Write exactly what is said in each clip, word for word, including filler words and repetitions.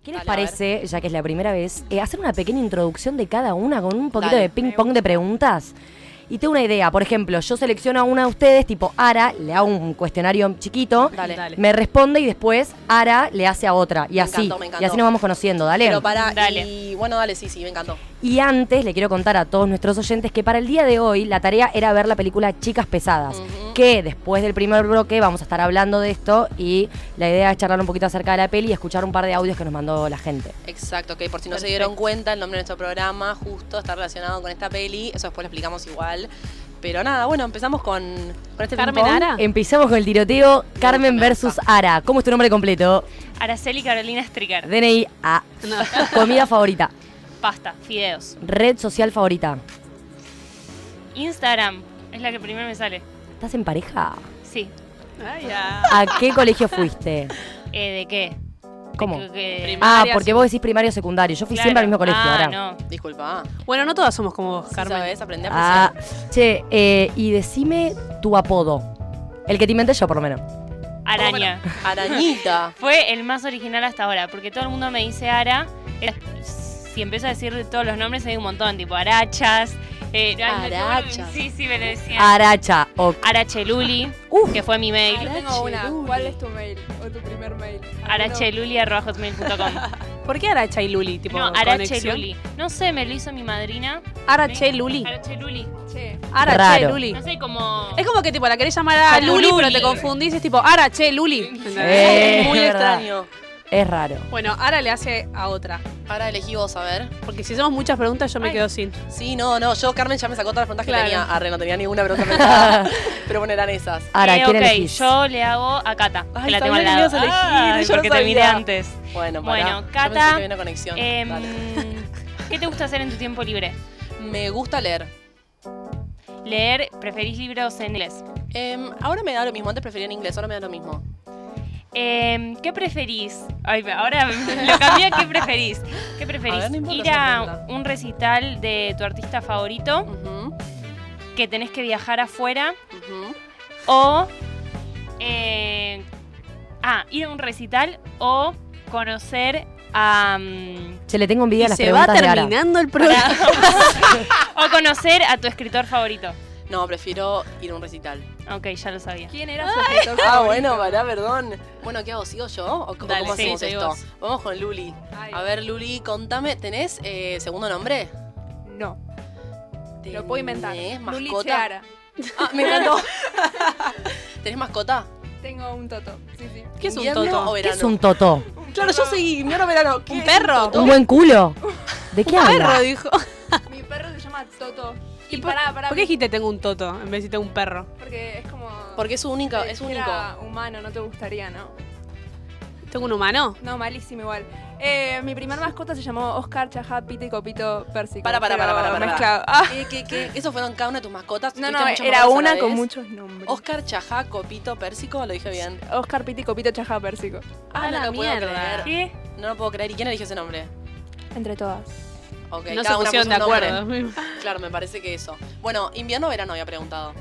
¿Qué les Dale, parece, ya que es la primera vez, eh, hacer una pequeña introducción de cada una con un poquito Dale. de ping-pong de preguntas? Y tengo una idea, por ejemplo, yo selecciono a una de ustedes, tipo Ara, le hago un cuestionario chiquito, Dale. Dale. me responde y después Ara le hace a otra. Y Me así, encantó, me encantó. y así nos vamos conociendo, dale. Pero para, Dale. y bueno, dale, sí, sí, me encantó. Y antes le quiero contar a todos nuestros oyentes que para el día de hoy la tarea era ver la película Chicas Pesadas, Ujú. que después del primer bloque vamos a estar hablando de esto y la idea es charlar un poquito acerca de la peli y escuchar un par de audios que nos mandó la gente. Exacto, que por si no se Perfecto. dieron cuenta, el nombre de nuestro programa justo está relacionado con esta peli, eso después lo explicamos igual. Pero nada, bueno, empezamos con, con este Carmen ping-pong. Ara. Empecemos con el tiroteo. Carmen gusta, me versus gusta. Ara. ¿Cómo es tu nombre completo? Araceli Carolina Stricker. D N I A. No. Comida favorita. Pasta, fideos. Red social favorita. Instagram es la que primero me sale. ¿Estás en pareja? Sí. Ay, ya. ¿A qué colegio fuiste? Eh, ¿De qué? ¿Cómo? De que- Prim- Ah, Primaria, porque sí. vos decís primario o secundario. Yo fui Claro. siempre al mismo colegio. Ah, Ara. no. Disculpa. Bueno, no todas somos como vos, Sí, Carmen. ¿sabes? Aprendí a Ah, apreciar. che, eh, y decime tu apodo. El que te inventé yo, por lo menos. Araña. Arañita. Fue el más original hasta ahora, porque todo el mundo me dice Ara. Eh, Si empiezo a decir todos los nombres hay un montón, tipo Arachas. Eh, ay, me- Arachas. Sí, sí, me lo decían. Aracha. O Aracheluli, Uf. que fue mi mail. Yo tengo una. Aracheluli. ¿Cuál es tu mail? ¿O tu primer mail? aracheluli arroba hotmail punto com. ¿Por qué Aracha y Luli? Tipo, No, conexión? Aracheluli. No sé, me lo hizo mi madrina. Arache Luli. Aracheluli. Che, Arache Raro. Luli. No sé cómo. Es como que tipo la querés llamar a Luli, Luli. pero te confundís, es tipo Arache Luli. ¿Entendés? Eh, Muy es verdad. extraño. Es raro. Bueno, Ara le hace a otra. Ahora elegí vos, a ver. Porque si hacemos muchas preguntas, yo me Ay. quedo sin. Sí, no, no, yo, Carmen, ya me sacó todas las preguntas Claro. que tenía. Arre, no tenía ninguna pregunta pensada. Pero bueno, eran esas. Ara, Eh, ¿quién ok, elegís? yo le hago a Cata, Ay, que la tengo sabía al que lado. me ibas a elegir, Ay, yo no porque te miré sabía. antes. Bueno, pará. Bueno, Yo pensé Cata, que había una conexión. Em, Dale. ¿Qué te gusta hacer en tu tiempo libre? Me gusta leer. Leer, ¿preferís libros en inglés? Em, ahora me da lo mismo. Antes prefería en inglés, ahora me da lo mismo. Em, ¿Qué preferís? Ay, ahora lo cambié a ¿qué preferís? ¿Qué preferís? A ver, no importa ¿Ir esa a pregunta. un recital de tu artista favorito Ujú, que tenés que viajar afuera? ujú. O... eh, ah, ir a un recital o conocer a... mm, Che, le tengo envidia a Y las se va preguntas de Ara. terminando el programa. o conocer a tu escritor favorito. No, prefiero ir a un recital. Ok, ya lo sabía. ¿quién era su escritor Ah, favorito? bueno, pará, perdón. Bueno, ¿qué hago? ¿Sigo yo? ¿O cómo Dale, cómo sí, hacemos seguí esto? vos. Vamos con Luli. Ay. A ver, Luli, contame, ¿tenés eh, segundo nombre? No, lo puedo inventar. ¿Tenés Luli mascota? Cheara. Ah, me encantó. ¿Tenés mascota? Tengo un toto. Sí, sí. ¿Qué es un ¿Invierno toto? o ¿Qué verano? es un totó? Claro, yo seguí, invierno o verano. ¿Qué ¿Un es perro? toto? ¿Un buen culo? ¿De qué habla? Perro, dijo. Mi perro se llama Toto. ¿Y Y por, pará, pará. ¿por qué dijiste tengo un toto en vez de tengo un perro? Porque es como... Porque es única, si es único. fuera humano, no te gustaría, ¿no? ¿Tengo un humano? No, malísimo igual. Eh, mi primer mascota se llamó Oscar, Chajá, Pito y Copito Pérsico. Para, para, pero para, para, para. mezclado. Ah, ¿Qué, qué, qué? ¿Esos fueron cada una de tus mascotas? no, ¿Tuviste no, muchas era mascotas a la una vez? con muchos nombres. Oscar, Chajá, Copito, Pérsico, lo dije bien. Oscar, Pito y Copito, Chajá, Pérsico. Ah, A no la lo puedo mierda. creer. ¿Qué? No lo puedo creer. ¿Y quién eligió ese nombre? Entre todas. Ok, No se cada una pusieron de puso un nombre. acuerdo. Claro, me parece que eso. Bueno, invierno o verano había preguntado.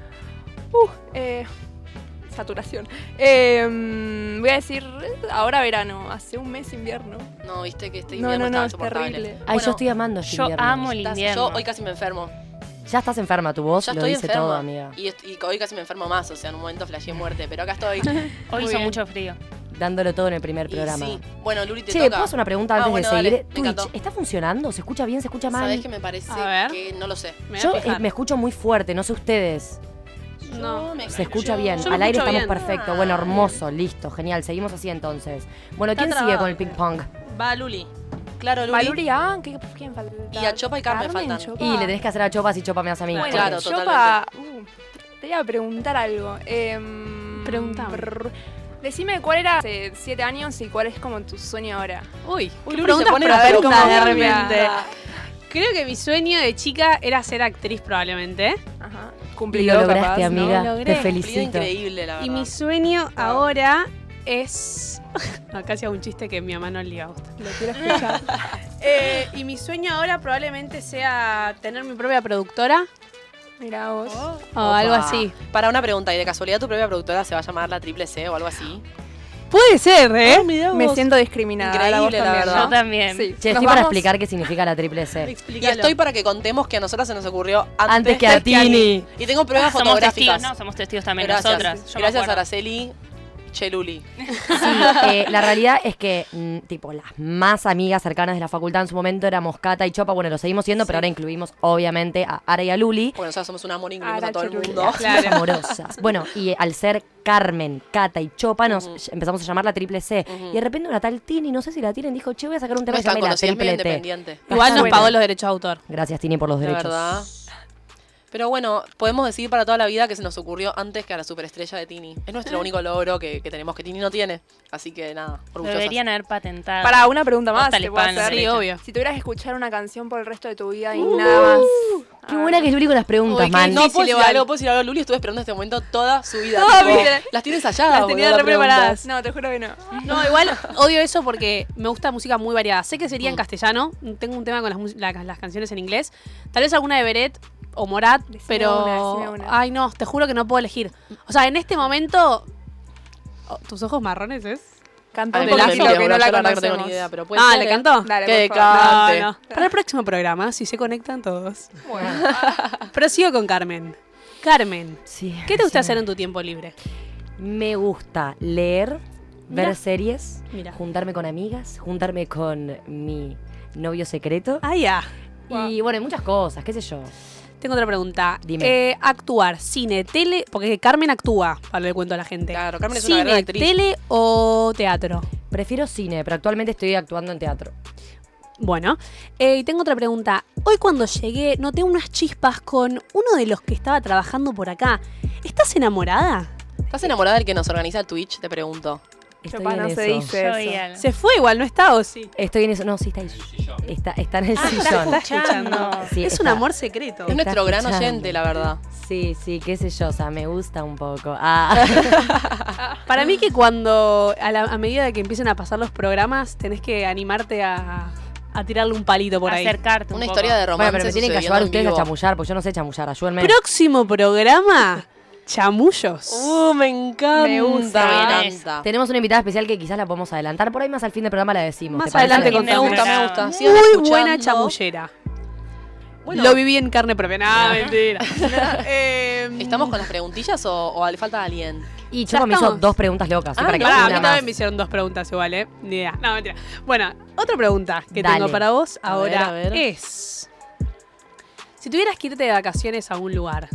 Uh, eh, saturación. Eh, mm, voy a decir ahora verano, hace un mes invierno. No, viste que este No, invierno no, no, estaba es insoportable. terrible. Ay, Bueno, yo estoy amando este Yo invierno. amo el Estás- invierno. Yo hoy casi me enfermo. Ya estás enferma, tu voz Ya lo estoy dice enferma. todo, amiga. Y, est- y hoy casi me enfermo más, o sea, en un momento flasheé muerte, pero acá estoy. Hoy Muy hizo bien. mucho frío. Dándolo todo en el primer Y programa. sí. Bueno, Luli, te Che, toca. ¿puedo hacer una pregunta Ah, antes bueno, de seguir? dale, me Twitch, encantó. ¿está funcionando? ¿Se escucha bien? ¿Se escucha mal? ¿Sabés que me parece A ver. que no lo sé? Me voy Yo a eh, fijar. me escucho muy fuerte, no sé ustedes. No. Yo me Se escucha escucho- bien. Yo me Al aire escucho estamos bien. perfecto. Bueno, hermoso, listo, genial. Seguimos así entonces. Bueno, Está ¿quién sigue trabado. con el ping pong? Va Luli. Claro, Luli. Valuri, ah, ¿qué- ¿quién falta? Y a Chopa y Carmen faltan. Chopa. Y le tenés que hacer a Chopa si Chopa me hace a mí. Bueno, Claro, Chopa, uh, te iba a preguntar algo. Eh, Preguntame. brr, Decime cuál era hace siete años y cuál es como tu sueño ahora. Uy, Uy, qué Luli, preguntas se pone para la ver pregunta cómo de cambia. repente. Creo que mi sueño de chica era ser actriz probablemente. Ajá. Y Cumplido, lo lograste, capaz, ¿no? amiga. Lo logré. Te Cumplido felicito. increíble, la verdad. Y mi sueño ahora es... Acá hacía un chiste que a mi mamá no le iba a gustar. Lo quiero escuchar. Eh, y mi sueño ahora probablemente sea tener mi propia productora Mira vos. o Opa. algo así. Para una pregunta, ¿y de casualidad tu propia productora se va a llamar La Triple C o algo así? Puede ser, ¿eh? Ah, mirá Me vos. siento discriminada. Increíble, vos la también, verdad. ¿no? Yo también. Sí. Che, Nos estoy para vamos- explicar qué significa la triple C. Y estoy para que contemos que a nosotras se nos ocurrió antes, Antes que a Tini. Y tengo pruebas Somos fotográficas. testigos, no, somos testigos también Gracias. nosotras. Yo me Gracias, acuerdo. Araceli Cheluli. Sí, eh, la realidad es que, mm, tipo, las más amigas cercanas de la facultad en su momento éramos Cata y Chopa. Bueno, lo seguimos siendo, pero ahora incluimos, obviamente, a Ara y a Luli. Porque nosotros somos un amor, incluimos Ara a todo el Cheluli. mundo. Somos amorosas. Bueno, y al ser Carmen, Cata y Chopa, nos Ujú. empezamos a llamar la triple C. Ujú. Y de repente una tal Tini, no sé si la tienen, dijo, che, voy a sacar un No tema es que se tan llame la conocida, es medio triple T. independiente. Igual nos Bueno. pagó los derechos de autor. Gracias, Tini, por los De derechos. verdad. Pero bueno, podemos decir para toda la vida que se nos ocurrió antes que a la superestrella de Tini. Es nuestro único logro que, que tenemos, que Tini no tiene. Así que nada, Lo orgullosas. deberían haber patentado. Para una pregunta más, Hasta te le puedo pagan los hacer. Sí, derechos. obvio. Si tuvieras que escuchar una canción por el resto de tu vida y nada más. Qué buena que es Luli con las preguntas, Uy, qué man. No, difícil puedo decir igual. algo, puedo decir algo. Luli estuve esperando este momento toda su vida. Toda tipo, mi vida. Las tiene ensayadas. Las tenía boludo, re preparadas. preguntas. No, te juro que no. No, igual odio eso porque me gusta música muy variada. Sé que sería en castellano. Tengo un tema con las, mus- la- las canciones en inglés. Tal vez alguna de Beret o Morat, Decime pero. una, decime una. Ay, no, te juro que no puedo elegir. O sea, en este momento. Oh, ¿tus ojos marrones es? Canta Ay, un de ponme Lazo, poquito Emilia, que boludo, no la yo la verdad que no tengo conocemos. ni idea, pero puede Ah, ser, ¿le ¿eh? cantó? Dale, Que por favor. cante. No, no. Para el próximo programa, si se conectan todos. Bueno. Prosigo con Carmen. Carmen, Sí, ¿qué te gusta sí. hacer en tu tiempo libre? Me gusta leer, ver Mira. series, Mira. juntarme con amigas, juntarme con mi novio secreto. Ah, ya. Y bueno, hay muchas cosas, qué sé yo. Tengo otra pregunta. Dime. Eh, actuar, cine, tele, porque Carmen actúa, para le cuento a la gente. Claro, Carmen es una Cine, gran actriz. tele o teatro. Prefiero cine, pero actualmente estoy actuando en teatro. Bueno, eh, y tengo otra pregunta. Hoy cuando llegué noté unas chispas con uno de los que estaba trabajando por acá. ¿Estás enamorada? ¿Estás enamorada del que nos organiza el Twitch? Te pregunto. Estoy Chopa, en no eso. se dice Yo eso. y Al. ¿Se fue igual? ¿No está o sí? Estoy en eso. No, sí está ahí. Está, está en el Ah, sillón. está escuchando. Sí, es un está- amor secreto. Es nuestro gran escuchando. oyente, la verdad. Sí, sí, qué sé yo, o sea, me gusta un poco. Ah. Para mí que cuando, a, la- a medida de que empiecen a pasar los programas, tenés que animarte a, a tirarle un palito por ahí. Acercarte un Una poco. historia de romance. Bueno, pero me tienen que sucediendo ayudar en ustedes a vivo. chamullar, porque yo no sé chamullar, ayúdenme. Próximo programa, chamullos. Uh, me encanta. Me gusta. Me encanta. Tenemos una invitada especial que quizás la podemos adelantar. Por ahí más al fin del programa la decimos. Más ¿te parece? adelante Me contamos. gusta, me gusta. Sigan Muy escuchando. buena chamullera. Bueno, Lo viví en carne propia. No, mentira. Eh, ¿estamos con las preguntillas o, o le falta alguien? Y Ya Chopa me hizo estamos. dos preguntas locas. ¿sí? Ah, para que Pará, a una mí más. también me hicieron dos preguntas igual, ¿eh? Ni idea. No, mentira. Bueno, otra pregunta que Dale. tengo para vos A ahora ver, a ver. es... Si tuvieras que irte de vacaciones a un lugar,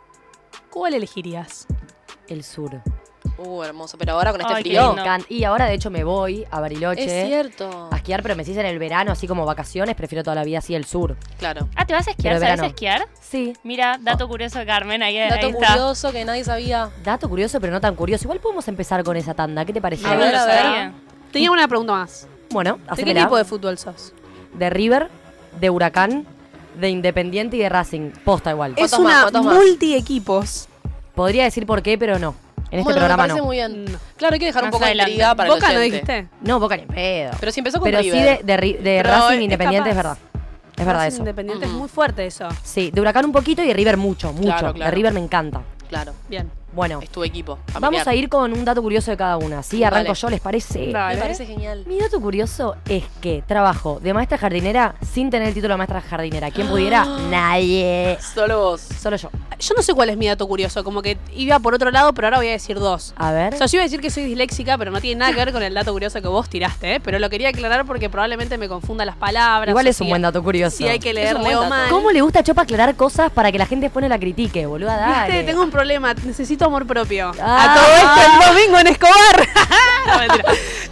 ¿cuál elegirías? El sur. Uh, hermoso. Pero ahora con este Ay, qué frío. lindo. Can- Y ahora, de hecho, me voy a Bariloche. Es cierto. A esquiar, pero me decís en el verano, así como vacaciones, prefiero toda la vida así el sur. Claro. Ah, ¿te vas a esquiar? Quiero ¿Sabes verano. esquiar? Sí. Mira, dato curioso de Carmen, ahí, Dato ahí está. curioso que nadie sabía. Dato curioso, pero no tan curioso. Igual podemos empezar con esa tanda. ¿Qué te parece? A ver, a ver. Tenía una pregunta más. Bueno, ¿De qué hacémela. tipo de fútbol sos? De River, de Huracán, de Independiente y de Racing. Posta igual. Es ¿Cuántos una más? ¿Cuántos más? multi-equipos. Podría decir por qué, pero no. En este Bueno, programa me parece no. muy bien. No. Claro, hay que dejar un Más poco de adelante. intriga para el ¿Boca no oyente. dijiste? No, Boca ni en pedo. Pero si empezó con Pero sí River. de, de, Ri- de Pero Racing es Independiente es capaz. verdad. Es verdad Racing eso. Independiente Ujú. es muy fuerte eso. Sí, de Huracán un poquito y de River mucho, mucho. Claro, De claro. River me encanta. Claro, Bien. Bueno, es tu equipo. vamos familiar. a ir con un dato curioso de cada una. ¿Sí? Arranco Dale. yo, ¿les parece? Dale. Me parece genial. Mi dato curioso es que trabajo de maestra jardinera sin tener el título de maestra jardinera. ¿Quién pudiera? Nadie. Solo vos. Solo yo. Yo no sé cuál es mi dato curioso, como que iba por otro lado, pero ahora voy a decir dos. A ver. O sea, yo iba a decir que soy disléxica, pero no tiene nada que ver con el dato curioso que vos tiraste, ¿eh? Pero lo quería aclarar porque probablemente me confunda las palabras. Igual o es un si- buen dato curioso. Si hay que leer, Es un buen leo dato. mal. ¿Cómo le gusta a Chopa aclarar cosas para que la gente después no la critique, boluda? Dale. Viste, tengo un problema, necesito amor propio. Ah. A todo esto el domingo en Escobar. No, mentira.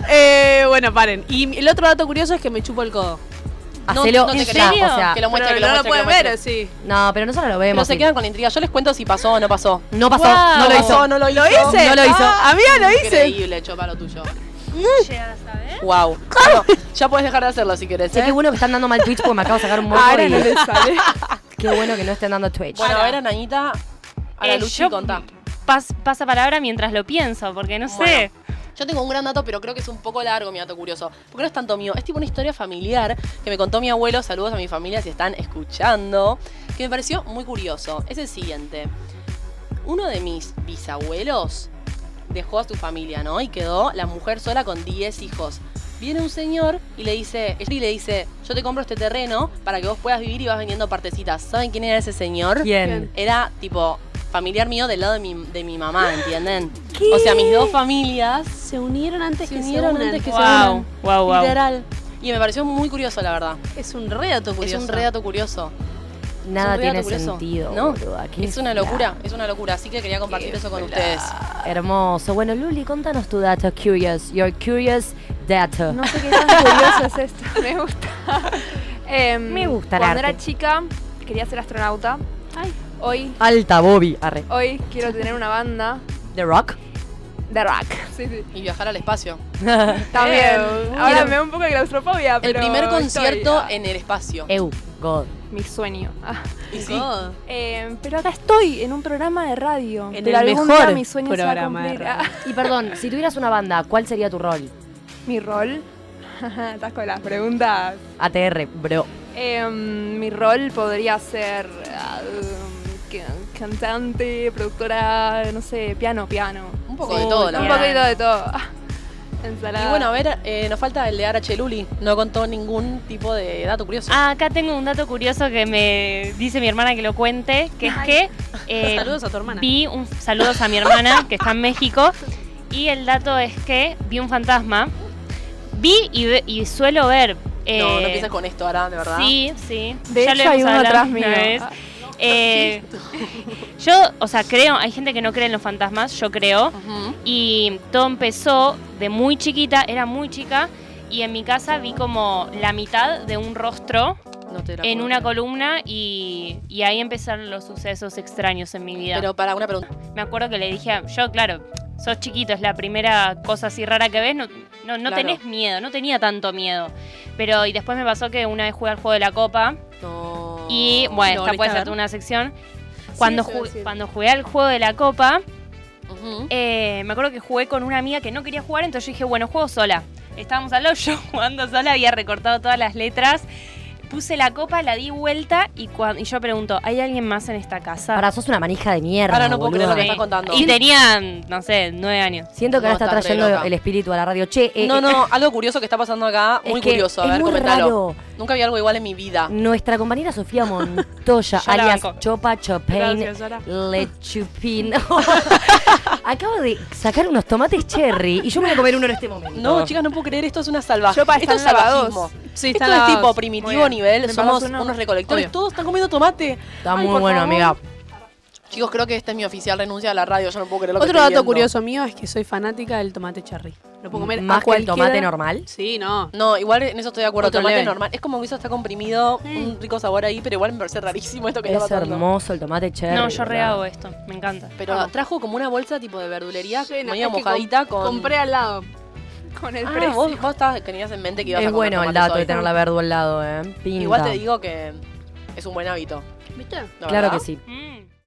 Eh, bueno, paren. Y el otro dato curioso es que me chupo el codo. Hacelo no te ya, creo. o sea. Que lo muestre, Pero que lo no muestre, lo pueden que lo ver, muestre. sí. No, pero nosotros lo Pero vemos. se y- quedan con la intriga. Yo les cuento si pasó o no pasó. No pasó, Guau. no lo No hizo. pasó, no lo hizo. ¿Lo hice? No lo hizo. Ah, amiga, lo hice. Increíble, Chopa, lo tuyo. ¿Llegas a ver? Wow. ya puedes dejar de hacerlo si querés. Che, ¿eh? qué bueno que están dando mal Twitch porque me acabo de sacar un moco Ahora y... no le sale. Qué bueno que no estén dando Twitch. Bueno, a ver, Anañita. A la Eh, Luchi, yo- contá. Pas- pasa palabra mientras lo pienso, porque no sé. Yo tengo un gran dato, pero creo que es un poco largo mi dato curioso. Porque no es tanto mío. Es tipo una historia familiar que me contó mi abuelo. Saludos a mi familia si están escuchando. Que me pareció muy curioso. Es el siguiente. Uno de mis bisabuelos dejó a su familia, ¿no? Y quedó la mujer sola con diez hijos. Viene un señor y le dice, y le dice, yo te compro este terreno para que vos puedas vivir y vas vendiendo partecitas. ¿Saben quién era ese señor? ¿Quién? Era tipo familiar mío del lado de mi, de mi mamá, ¿entienden? ¿Qué? O sea, mis dos familias Se unieron antes se que unieron se unan. antes que se Wow, unan. wow, wow. Literal. Y me pareció muy curioso, la verdad. Es un re dato curioso. Es un re dato curioso. Nada Es un re tiene dato curioso. sentido, ¿No? boluda, qué Es una fla- locura, es una locura. Así que quería compartir eso con ustedes. Hermoso. Bueno, Luli, contanos tu dato curious. Your curious data. No sé qué tan curioso es esto. Me gusta. Em, Me gusta el Cuando arte. era chica, quería ser astronauta. Ay. Hoy, Alta Bobby. Arre. hoy quiero tener una banda The Rock. de rock. Sí, sí. Y viajar al espacio. También. Eh, Ahora quiero- me da un poco de claustrofobia, El pero primer estoy, concierto ah, en el espacio. Eu, God. mi sueño. Ah. Y sí. God. Eh, pero acá estoy, en un programa de radio. En Pero el algún mejor día mi sueño se va a programa de cumplir. radio. Ah, Y perdón, si tuvieras una banda, ¿cuál sería tu rol? mi rol. Estás con las preguntas. A T R, bro. Eh, mi rol podría ser ah, um, ca- cantante, productora, no sé, piano, piano. Un poco Sí, de todo, la Un verdad. poquito de todo. Ah, ensalada. Y bueno, a ver, eh, nos falta el de Arache Luli. No contó ningún tipo de dato curioso. Ah, acá tengo un dato curioso que me dice mi hermana que lo cuente, que es que eh, Saludos a tu hermana. vi un saludos a mi hermana que está en México y el dato es que vi un fantasma. Vi y, ve- y suelo ver. eh, no, no empieces con esto ahora, de verdad. Sí, sí. De ya lo hecho, hay hemos uno hablado atrás una mío. vez. Ah, Eh, yo, o sea, creo, hay gente que no cree en los fantasmas, yo creo. Ujú. Y todo empezó de muy chiquita, era muy chica, y en mi casa vi como la mitad de un rostro No te la en puedo una creer. columna y, y ahí empezaron los sucesos extraños en mi vida. Pero para una pregunta. Me acuerdo que le dije, a- yo claro, sos chiquito, es la primera cosa así rara que ves, no, no, no Claro. tenés miedo, no tenía tanto miedo. Pero y después me pasó que una vez jugué al juego de la copa No. y bueno, ¿Lo esta volviste puede a ser ver? una sección. Cuando, eso iba a ju- decir. cuando jugué al juego de la copa, Ujú. eh, me acuerdo que jugué con una amiga que no quería jugar, entonces yo dije, bueno, juego sola. Estábamos al lado, yo jugando sola, había recortado todas las letras. Puse la copa, la di vuelta y, cuan- y yo pregunto, ¿hay alguien más en esta casa? Ahora sos una manija de mierda. Ahora no puedo creer lo que boluda. estás contando. Y tenían, no sé, nueve años. Siento que ahora No, está estás re trayendo loca. el espíritu a la radio. Che, eh, No, eh, no, algo curioso que está pasando acá, es muy que curioso. A es ver, muy comentalo. raro. Nunca vi algo igual en mi vida. Nuestra compañera Sofía Montoya, Yo la alias banco. Chopa Chopain Gracias, Sara. Lechupin. Acabo de sacar unos tomates cherry y yo me voy a comer uno en este momento. No, chicas, no puedo creer, esto es una salvaje. Yo pa, Esto es están lavados. salvajismo. Sí, Esto están es lavados. tipo Muy primitivo bien. nivel, ¿Me somos pasas uno? unos recolectores, Obvio. todos están comiendo tomate. Está Ay, muy por bueno, favor. amiga. Chicos, creo que esta es mi oficial renuncia a la radio, yo no puedo creer lo que Otro estoy dato viendo. curioso mío es que soy fanática del tomate cherry. Lo puedo comer Más a que el cualquiera. tomate normal. Sí, no. No, igual en eso estoy de acuerdo, Otro tomate level. normal. Es como que eso está comprimido, un rico sabor ahí, pero igual me parece rarísimo esto que Es está pasando. hermoso el tomate cherry. No, yo ¿verdad? rehago esto, me encanta. Pero Ah. trajo como una bolsa tipo de verdulería, Sí, no, media es que mojadita com- con... Compré al lado. con el Ah, precio. vos, vos estabas- tenías en mente que ibas Es a comer bueno el tomates dato hoy. de tener la verdu al lado, eh. Pinta. Igual te digo que es un buen hábito. ¿Viste? la Claro verdad. que sí. Mm.